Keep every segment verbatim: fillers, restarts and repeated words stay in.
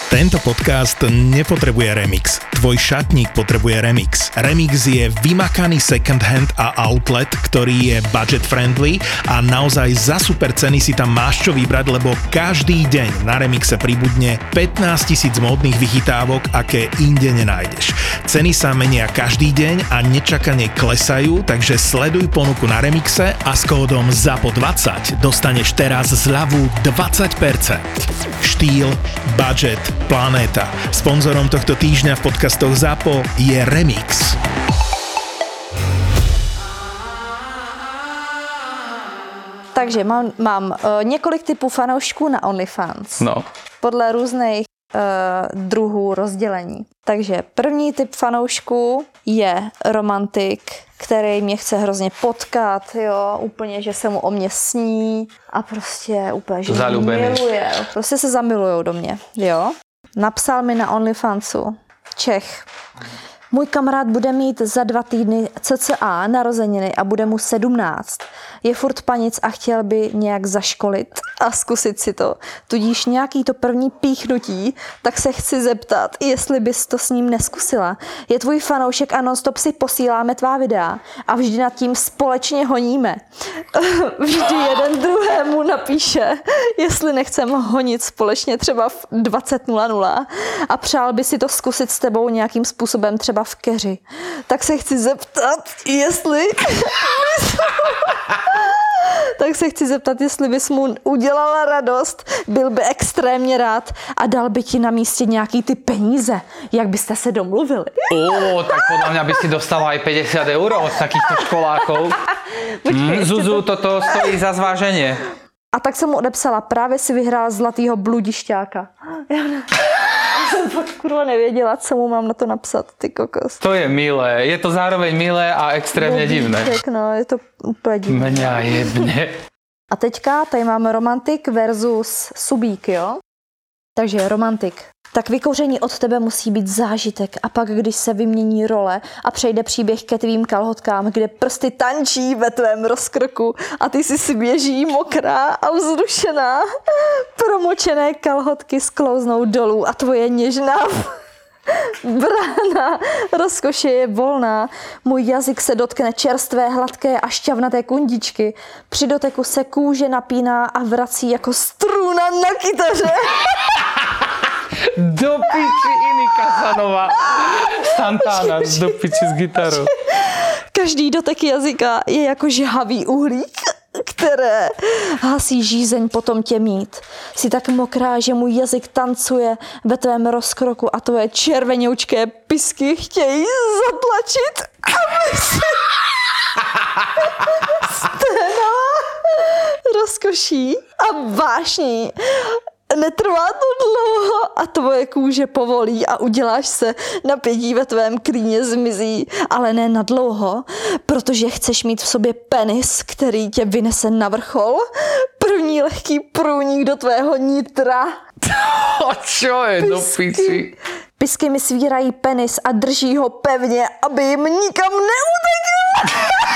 Tento podcast nepotrebuje remix. Tvoj šatník potrebuje remix. Remix je vymakaný second hand a outlet, ktorý je budget friendly a naozaj za super ceny si tam máš čo vybrať, lebo každý deň na Remixe pribudne pätnásť tisíc módnych vychytávok, aké inde nenájdeš. Ceny sa menia každý deň a nečakane klesajú, takže sleduj ponuku na Remixe a s kódom zápo dvadsať dostaneš teraz zľavu dvadsať percent. Štýl, budget, planéta. Sponzorom tohto týždňa v podcastoch ZAPO je Remix. Takže mám, mám uh, několik typů fanoušků na OnlyFans. No. Podle různých uh, druhů rozdělení. Takže první typ fanoušků je romantik, který mě chce hrozně potkat, jo, úplně, že se mu o mě sní a prostě úplně, že mě miluje. Prostě se zamilujou do mě, jo. Napsal mi na OnlyFansu Čech. Můj kamarád bude mít za dva týdny cca narozeniny a bude mu sedmnáct. Je furt panic a chtěl by nějak zaškolit a zkusit si to. Tudíž nějaký to první píchnutí, tak se chci zeptat, jestli bys to s ním neskusila. Je tvůj fanoušek a nonstop si posíláme tvá videa a vždy nad tím společně honíme. Vždy jeden druhému napíše, jestli nechcem honit společně třeba v dvacet nula nula a přál by si to zkusit s tebou nějakým způsobem třeba v keři. Tak se chci zeptat, jestli... tak se chci zeptat, jestli bys mu udělala radost, byl by extrémně rád a dal by ti na místě nějaký ty peníze. Jak byste se domluvili? Ó, tak podľa mňa by si dostala aj päťdesiat eur od takýchto školákov. Mm, Zuzu, toto stojí za zváženie. A tak jsem mu odepsala, právě si vyhrál zlatýho bludišťáka. Já jsem fakt kurva nevěděla, co mu mám na to napsat, ty kokos. To je milé, je to zároveň milé a extrémně divné. No, je to úplně divné. Mňa jebne. A teďka tady máme romantik versus subík, jo? Takže romantik. Tak vykouření od tebe musí být zážitek a pak, když se vymění role a přejde příběh ke tvým kalhotkám, kde prsty tančí ve tvém rozkroku a ty si si běží mokrá a vzrušená, promočené kalhotky sklouznou dolů a tvoje něžná brána rozkoše je volná. Můj jazyk se dotkne čerstvé, hladké a šťavnaté kundičky. Při doteku se kůže napíná a vrací jako struna na kytaře. Do piči iný Casanova. Santana, do piči s gitarou. Každý dotek jazyka je jako žhavý uhlík, které hasí žízeň potom tě mít. Jsi tak mokrá, že můj jazyk tancuje ve tvém rozkroku a tvoje červenoučké pisky chtějí zatlačit, aby si stehna rozkoší a vášní. Netrvá to dlouho a tvoje kůže povolí a uděláš se, napětí ve tvém klíně zmizí, ale ne na dlouho, protože chceš mít v sobě penis, který tě vynese na vrchol. První lehký průnik do tvého nitra. O čo je do piči? Pisky mi svírají penis a drží ho pevně, aby jim nikam neutekl.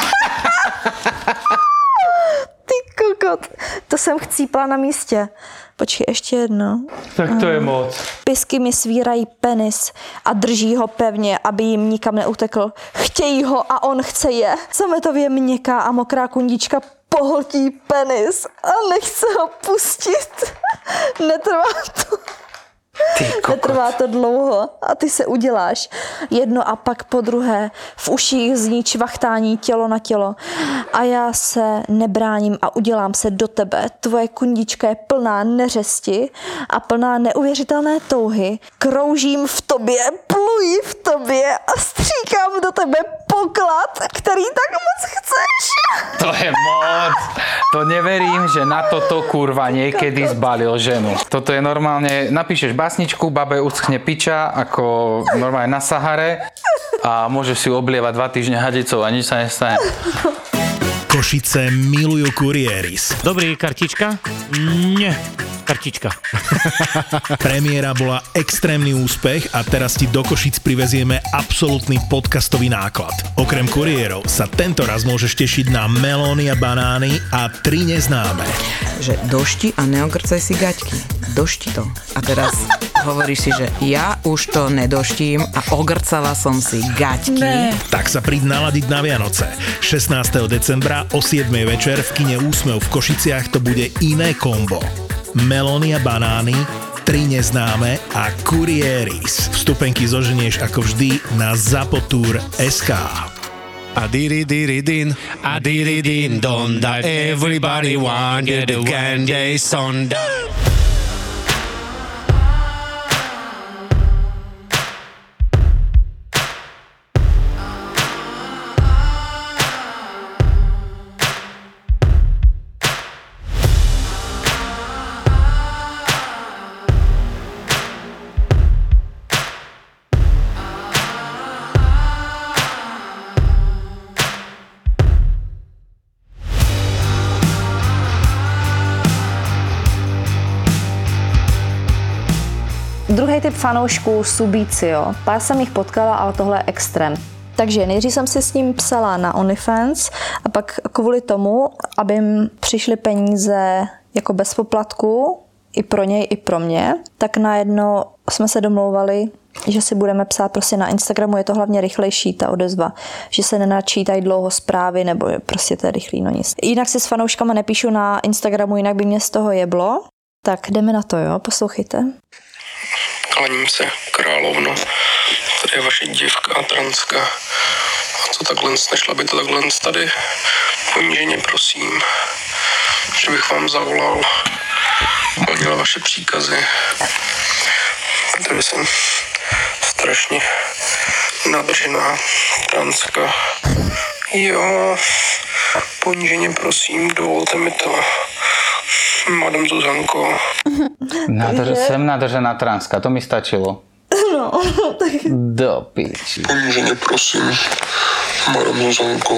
Ty kokot, to jsem chcípla na místě. Počkej, ještě jedno. Tak to je moc. Pisky mi svírají penis a drží ho pevně, aby jim nikam neutekl. Chtějí ho a on chce je. Sametově měkká a mokrá kundička pohltí penis a nechce ho pustit. Netrvá to. Netrvá to dlouho a ty se uděláš jedno a pak po druhé. V uších zní čvachtání tělo na tělo a já se nebráním a udělám se do tebe. Tvoje kundička je plná neřesti a plná neuvěřitelné touhy. Kroužím v tobě, pluji v tobě a stříkám do tebe poklad, který tak moc chceš. To je moc. To neverím, že na toto kurva niekedy zbalil ženu. Toto je normálne, napíšeš básničku, babe uschne piča, ako normálne na Sahare a môžeš si oblievať dva týždne hadicou a nič sa nestane. Košice milujú Kurieris. Dobrý, kartička? Nie. Kartička. Premiéra bola extrémny úspech a teraz ti do Košic privezieme absolútny podcastový náklad. Okrem kuriérov sa tento raz môžeš tešiť na melóny a banány a tri neznáme. Že došti a neogrcaj si gaťky. Došti to. A teraz hovoríš si, že ja už to nedoštím a ogrcala som si gaťky. Ne. Tak sa príď naladiť na Vianoce. šestnásteho decembra o siedmej večer v kine Úsmev v Košiciach to bude iné kombo. Melóny a banány, tri neznáme a Kurieris. Vstupenky zoženieš ako vždy na zapotur bodka es ká. A diri diri din, a diri din don, that everybody want get the candy son. Druhý typ fanoušků Subicio. Pár jsem jich potkala, ale tohle je extrém. Takže nejdřív jsem si s ním psala na OnlyFans a pak kvůli tomu, aby jim přišly peníze jako bez poplatku, i pro něj, i pro mě, tak najednou jsme se domlouvali, že si budeme psát prostě na Instagramu, je to hlavně rychlejší ta odezva, že se nenačítají dlouho zprávy, nebo prostě to je rychlý, no nic. Jinak si s fanouškama nepíšu na Instagramu, jinak by mě z toho jeblo. Tak jdeme na to, jo, poslouchejte. Klaním se, královno. Tady je vaše dívka, transka. A co takhle nešla by to takhle tady? Poníženě prosím, že bych vám zavolal. Plnila vaše příkazy. Protože jsem strašně nadržená transka. Jo, poníženě prosím, dovolte mi to. Madam Zuzanko. Nadrž, jsem nadržená transka, to mi stačilo. No, tak... Do piči. Poníženě prosím, Madam Zuzanko.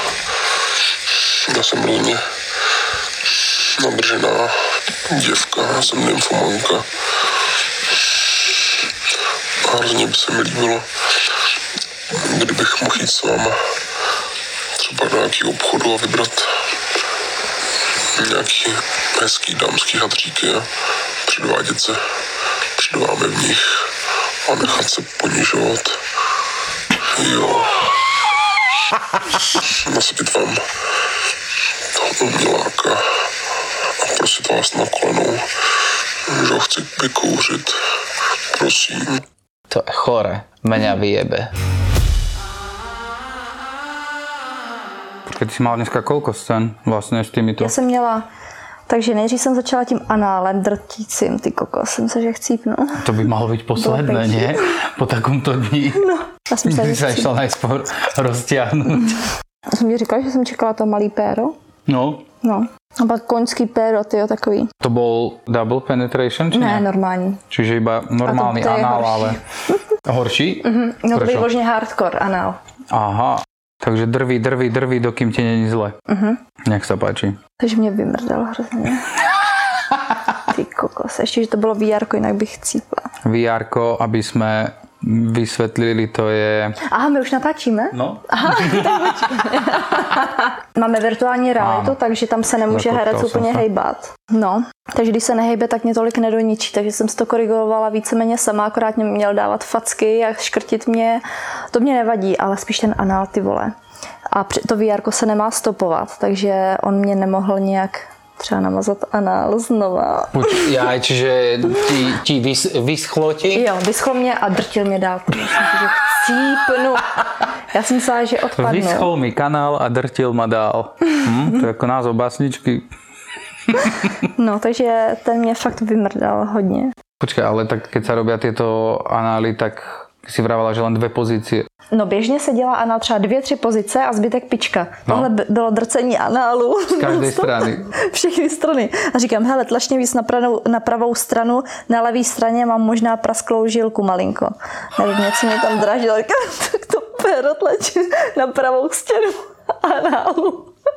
Já jsem hodně nadržená děvka, já jsem nymfomanka. A hrozně by se mi líbilo, kdybych mohl jít s váma třeba do nějakého obchodu a vybrat nějaký hezký dámský hadříky a předvádět se před vámi v nich a nechat se ponižovat. Jo. Nasadit vám toho uměláka a prosit vás na kolenou, že ho chci vykouřit. Prosím. To je chore. Mňa vyjebe. Keď si mal dneska koľko scén vlastne s týmito? Já jsem měla, takže nejdřív jsem začala tím análem drtícím, ty kokos, jsem se, že chcípnu. To by malo byť posledné, nie? Po takomto dni. No, já jsem se, By sa išla najskôr roztiahnuť. Já jsem mi říkala, že jsem čekala to malý péro. No. No. A pak koňský péro, tyjo, takový. To bol double penetration, či ne? Ne, normální. Čiže iba normálny to, to anál, horší. ale... Horší? Mm-hmm. No to Prečo? je možně hardcore anál. Aha. Takže drví, drví, drví, dokým ti není zle. Uh-huh. Nech sa páči. Takže mě vymrdalo hrozně. Ty kokos, ještě, že to bylo vé érko, jinak bych chcípla. vé érko, aby sme vysvetlili, to je... Aha, my už natáčíme? No. Aha, tak počkej. Máme virtuální realitu, Áno. takže tam se nemůže Zakotkal herec som úplně sa. hejbat. No, takže když se nehejbe, tak mě tolik nedoničí, takže jsem si to korigovala víceméně sama, akorát mě měl dávat facky a škrtit mě. To mě nevadí, ale spíš ten anál, ty vole. A to vé érko se nemá stopovat, takže on mě nemohl nějak třeba namazat anál znova. Buď, ja, čiže ti, ti vys, vyschlo ti? Jo, vyschlo mě a drtil mě dál. Myslím, že chcípnu. Já jsem myslela, že odpadnu. Vyschol mi kanál a drtil ma dál. Hm, to je ako názov básničky. No, takže ten mě fakt vymrdal hodně. Počkaj, ale tak keď sa robia tieto anály, tak si vravala, že len dve pozície. No běžně se dělá anál třeba dvě, tři pozice a zbytek pička. No. Tohle b- bylo drcení análu. Z každej strany. Všechny strany. A říkám, hele, tlačně víc na pravou, na pravou stranu, na levé straně mám možná prasklou žilku malinko. Nevím, něco mě tam dražilo. Říkám, tak to péro tlačím na pravou stěnu análu.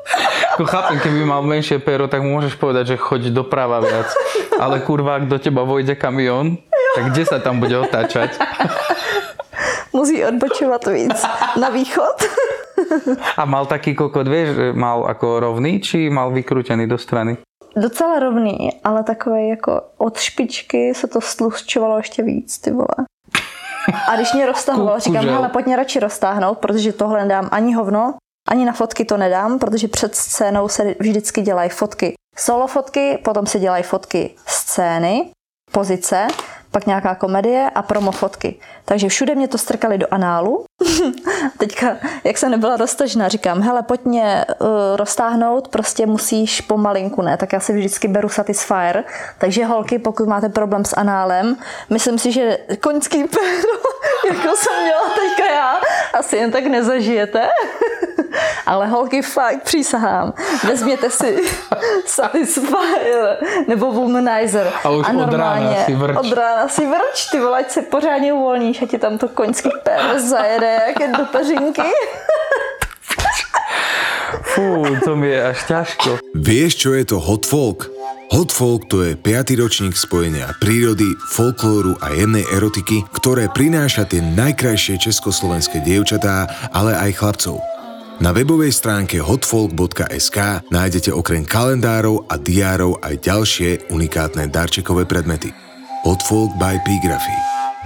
Ako chápem, keby mal menšie pero, tak mu môžeš povedať, že choď doprava viac. Ale kurva, ak do teba vojde kamión, tak kde sa tam bude otáčať? Musí odbočovat víc na východ. A mal taký kokot, vieš, mal ako rovný, či mal vykrútený do strany? Docela rovný, ale takové jako od špičky se to stlušťovalo ještě víc, ty vole. A když mě roztahoval, říkám, hele, pojď mě radši roztáhnout, protože tohle nedám ani hovno, ani na fotky to nedám, protože před scénou se vždycky dělají fotky. Solo fotky, potom se dělají fotky scény, pozice, pak nějaká komedie a promo fotky. Takže všude mě to strkali do análu. Teďka, jak jsem nebyla roztažná, říkám, hele, pojď mě uh, roztáhnout, prostě musíš pomalinku, ne? Tak já si vždycky beru Satisfyer. Takže holky, pokud máte problém s análem, myslím si, že koňský péro, jako jsem měla teďka já, asi jen tak nezažijete. Ale holky, fakt, přísahám. Vezměte si Satisfyer nebo Womanizer. A už a od rána si vrč. Od rána si vrč, ty vole, ať se pořádně uvolníš a ti tam to koňský péro zajede, jak je do peřinky. Fú, to mi je až ťažko. Vieš, čo je to hot folk? Hot folk to je piaty ročník spojenia prírody, folklóru a jemnej erotiky, ktoré prináša tie najkrajšie československé dievčatá, ale aj chlapcov. Na webovej stránke hotfolk bodka es ká nájdete okrem kalendárov a diárov aj ďalšie unikátne darčekové predmety. Hotfolk by Pigraphy.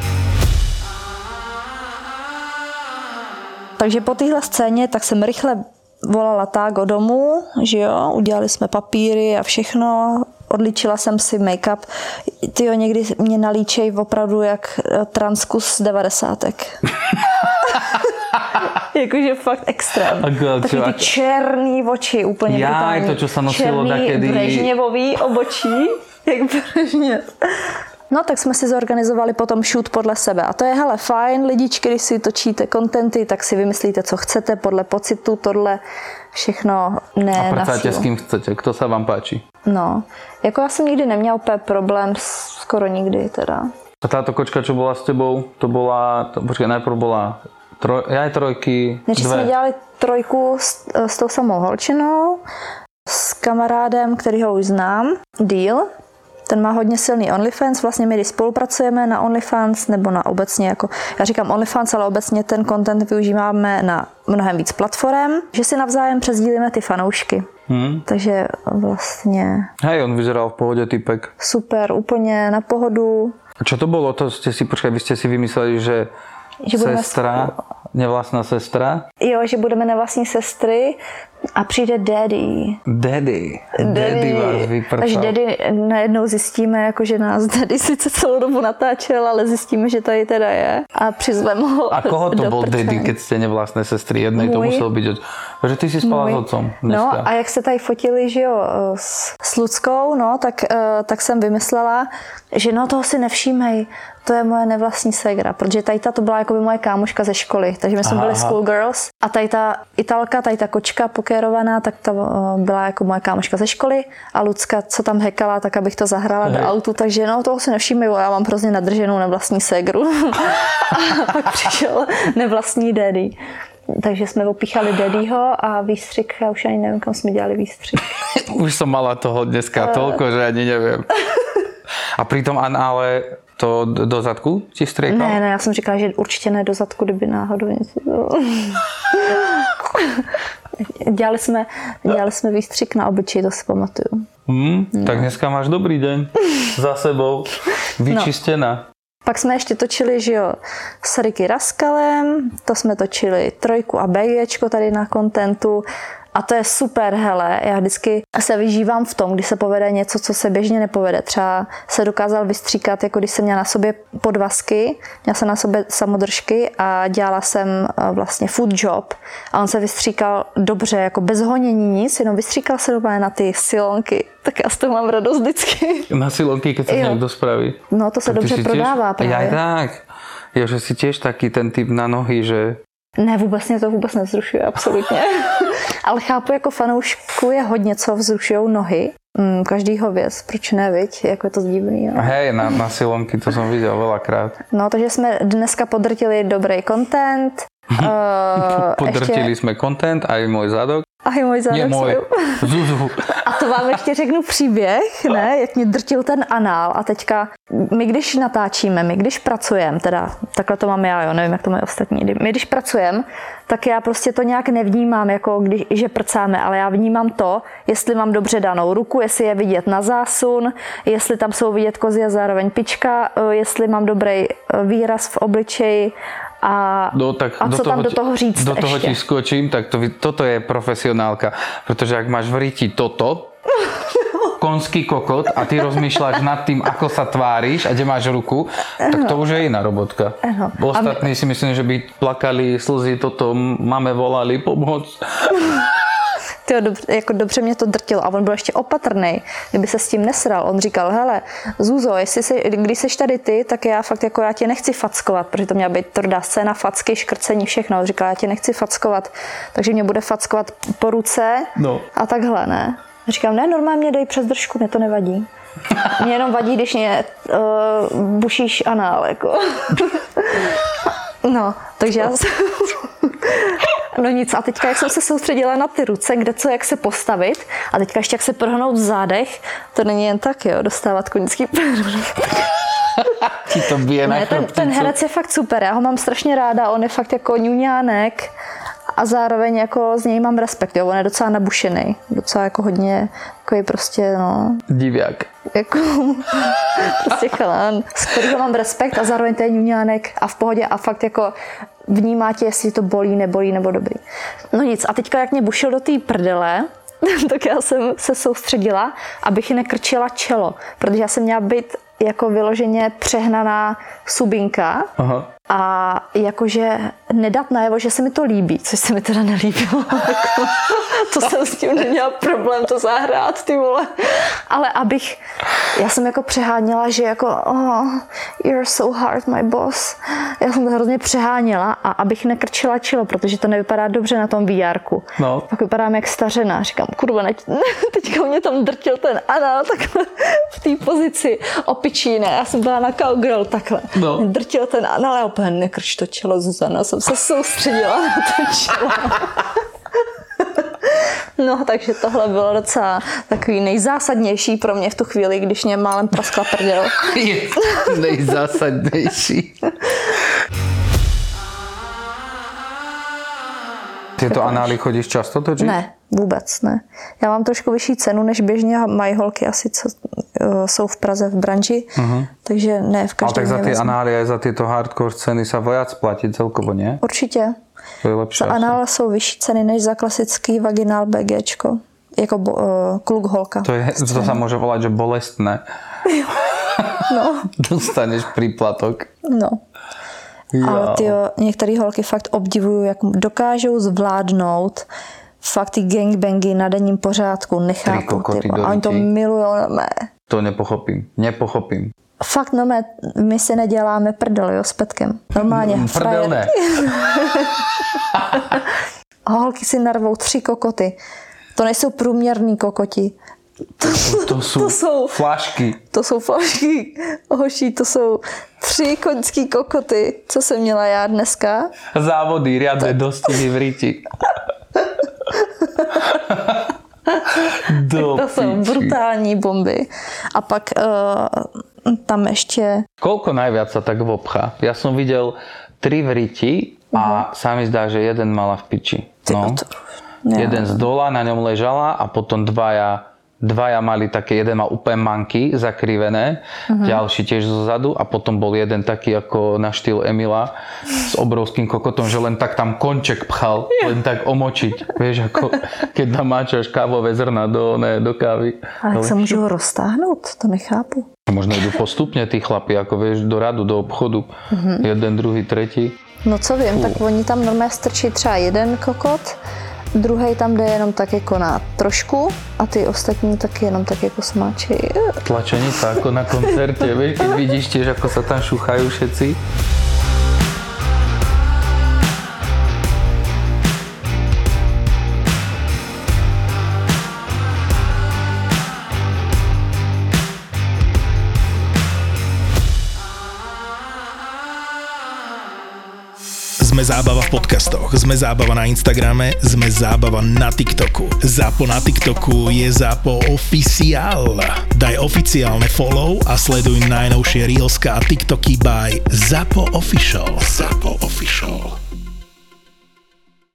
Takže po téhle scéně tak jsem rychle volala Tágo domů, že jo, udělali jsme papíry a všechno, odlíčila jsem si make-up. Tyjo, někdy mě nalíčej opravdu jak transkus z devadesátek. Jakože fakt extrém. Taky ty černý oči, úplně brutální. Jaj, to, čo sa nosilo dakedy. Černý brežněvový obočí, jak brežněv. No tak jsme si zorganizovali potom shoot podle sebe. A to je, hele, fajn, lidičky, když si točíte kontenty, tak si vymyslíte, co chcete, podle pocitu, tohle všechno ne na sílu. A pracujete s kým chcete, kto sa vám páči? No, jako já jsem nikdy neměla úplně problém, skoro nikdy teda. A táto kočka, čo bola s tebou, to bola, to, počkej, najprv bola troj, aj trojky, Než dve. jsme dělali trojku s, s tou samou holčinou, s kamarádem, kterýho už znám, Deal. Ten má hodně silný OnlyFans, vlastně my když spolupracujeme na OnlyFans nebo na obecně, jako já říkám OnlyFans, ale obecně ten content využíváme na mnohem víc platform, že si navzájem přesdílíme ty fanoušky. Hmm. Takže vlastně... Hej, on vyzeral v pohode typek. Super, úplně na pohodu. A čo to bolo? To ste si, počkaj, vy ste si vymysleli, že, že sestra, budeme... nevlastná sestra? Jo, že budeme nevlastní sestry a přijde daddy. Daddy. Daddy, daddy vás vyprcal. Takže daddy najednou zjistíme, jako, že nás daddy sice celou dobu natáčel, ale zjistíme, že tady teda je. A přizveme ho. A koho to do bol prčany. daddy, keď ste nevlastné sestry? Jednej Můj. To musel byť. Že ty si spala Můj. s otcom dneska. No a jak se tady fotili, že jo, s, s Luckou, no, tak, tak jsem vymyslela, že no toho si nevšímej, to je moje nevlastní ségra, protože tady ta to byla jako by moje kámoška ze školy, takže my jsme aha, byli schoolgirls a tady ta Italka, tady ta kočka pokérovaná, tak ta byla jako moje kámoška ze školy a Lucka, co tam hekala, tak abych to zahrála Hej. do autu, takže no toho si nevšímej, já mám hrozně nadrženou nevlastní ségru. A pak přišel nevlastní daddy. Takže jsme opíchali daddyho a výstřik, já už ani nevím, kam jsme dělali výstřik. Už som mala toho dneska toľko, že ani neviem. A pri tom anále to do zadku ti striekal? Ne, ne, já jsem říkala, že určitě ne do zadku, kdyby náhodou něco bylo. dělali, jsme, dělali jsme výstřik na obličeji, to si pamatuju. Hmm, no. Tak dneska máš dobrý deň za sebou, vyčistená. No. Pak jsme ještě točili, že jo, s Ricky Raskalem, to jsme točili trojku a BGčko tady na kontentu a to je super, hele, já vždycky se vyžívám v tom, když se povede něco, co se běžně nepovede. Třeba se dokázal vystříkat, jako když jsem měla na sobě podvazky, měla jsem na sobě samodržky a dělala jsem vlastně food job a on se vystříkal dobře, jako bez honění nic, jenom vystříkal se doma na ty silonky. Tak já z toho mám radost vždycky. Na silonky, keď sa niekto spraví. No to se tak dobře prodává tiež, právě. Ja tak. Jo, že si tiež taký ten typ na nohy, že... Ne, vůbec mě to vůbec nevzrušuje, absolutně. Ale chápu, jako fanoušku je hodně, co vzrušujou nohy. Mm, každýho věc, proč ne, viď? Jako je to divný. No. Hej, na, na silonky to som videl veľakrát. No, takže jsme dneska podrtili dobrý content. Uh, Podrtili ještě... jsme content, aj můj zadok. Aj můj zadok. Nie můj, Zuzu. A to vám ještě řeknu příběh, ne, jak mě drtil ten anál a teďka my když natáčíme, my když pracujeme, teda takhle to mám já, jo, nevím, jak to mají ostatní, my když pracujeme, tak já prostě to nějak nevnímám, jako když, že prcáme, ale já vnímám to, jestli mám dobře danou ruku, jestli je vidět na zásun, jestli tam jsou vidět kozy a zároveň pička, jestli mám dobrý výraz v obličeji. A, no, tak a co do toho, tam do toho říct Do toho ještě? ti skočím, tak to, toto je profesionálka, protože ak máš v ryti toto, konský kokot a ty rozmýšľaš nad tým, ako sa tváriš a kde máš ruku, tak to už je iná robotka. Ano. Ostatní si myslím, že by plakali slzy, toto máme volali pomoc. Tyjo, dobře, jako dobře mě to drtilo a on byl ještě opatrný, kdyby se s tím nesral. On říkal, hele, Zuzo, jestli se, když seš tady ty, tak já fakt jako já tě nechci fackovat, protože to měla být tvrdá scéna, facky, škrcení, všechno. On říkal, já tě nechci fackovat, takže mě bude fackovat po ruce no. A takhle, ne? Říkám, ne, normálně mě dej přes držku, mě to nevadí. Mě jenom vadí, když mě uh, bušíš anál, jako. No, takže já jsem... No nic, a teďka, jak jsem se soustředila na ty ruce, kde co, jak se postavit, a teďka ještě jak se prohnout v zádech, to není jen tak, jo, dostávat koňský perůnek. Ti to bije na ten, ten herec je fakt super, já ho mám strašně ráda, on je fakt jako ňuňánek a zároveň jako z něj mám respekt, jo, on je docela nabušený, docela jako hodně, takový prostě, no... Diviak. Jako, prostě chalán, z kterého mám respekt a zároveň to je ňuňánek a v pohodě a fakt jako vnímá tě, jestli to bolí, nebolí nebo dobrý. No nic, a teďka jak mě bušil do té prdele, tak já jsem se soustředila, abych nekrčila čelo, protože já jsem měla být jako vyloženě přehnaná subinka. Aha. A jakože nedat najevo, že se mi to líbí, což se mi teda nelíbilo. To jsem s tím neměla problém to zahrát, ty vole. Ale abych, já jsem jako přeháněla, že jako oh, you're so hard, my boss. Já jsem to hrozně přeháněla a abych nekrčila čelo, protože to nevypadá dobře na tom vé érku. No. Pak vypadám jak stařena. Říkám, kurva, ne, teďka mě tam drtil ten anál takhle v té pozici opičí, ne, já jsem byla na cowgirl takhle. No. Drtil ten anál a opět nekrč to čelo, Zuzana, jsem se soustředila na to čelo. No, takže tohle bylo docela takový nejzásadnější pro mě v tu chvíli, když mě málem praskla prdel. Je nejzásadnější. Tyto anály chodíš často točit? Ne, vůbec ne. Já mám trošku vyšší cenu, než běžně mají holky asi, co uh, jsou v Praze v branži, uh-huh. takže ne v každém. Ale tak za ty anály a za tyto hardcore ceny sa viac platí celkovo, nie? Určitě. To je lepší. Za anál jsou vyšší ceny než za klasický vaginál BGčko. Jako bo, uh, kluk holka. To, je, to sa môže volať, že bolestné. No. Dostaneš príplatok. No. Ja. Ale tyjo, některé holky fakt obdivuju, jak dokážou zvládnout fakt ty gangbangy na denním pořádku, nechápu. A oni to milujou, no mé. To nepochopím, nepochopím. Fakt, no mé, my si neděláme prdel, jo, s Petkem. Normálně. Prdel ne. Holky si narvou tři kokoty. To nejsou průměrný kokoti. To, to, jsou to jsou flašky. To jsou flašky. Hoší, to jsou tři koňský kokoty, co jsem měla já dneska. Závody, riadne dostihy v ryti. To jsou brutální bomby. A pak uh, tam ještě... Koľko najviac sa tak vopchá? Ja som videl tri v riti a uh-huh. sa mi zdá, že jeden mala v piči. No. To... Jeden z dola na ňom ležala a potom dvaja Dvaja mali také, jeden mal úplne manky zakrivené, uh-huh. ďalší tiež zozadu a potom bol jeden taký ako na štýl Emila s obrovským kokotom, že len tak tam konček pchal, len tak omočiť. Vieš, ako keď namáčaš kávové zrna do, ne, do kávy. Ale jak sa môžu ho roztáhnuť? To nechápu. Možno idú postupne tí chlapi, ako vieš, do radu, do obchodu. Uh-huh. Jeden, druhý, tretí. No co vím, uh. tak oni tam normálně strčí třeba jeden kokot, druhej tam jde jenom tak jako na trošku a ty ostatní taky jenom tak jako smáčí. Tlačenica ako na koncerte, vieš, keď vidíš tiež, ako sa tam šúchajú všetci. Sme Sme Zábava v podcastoch, sme Zábava na Instagrame, sme Zábava na TikToku. Zápo na TikToku je Zápo oficiál. Daj oficiálne follow a sleduj najnovšie reelska a TikToky by Zápo Official. Zápo Official.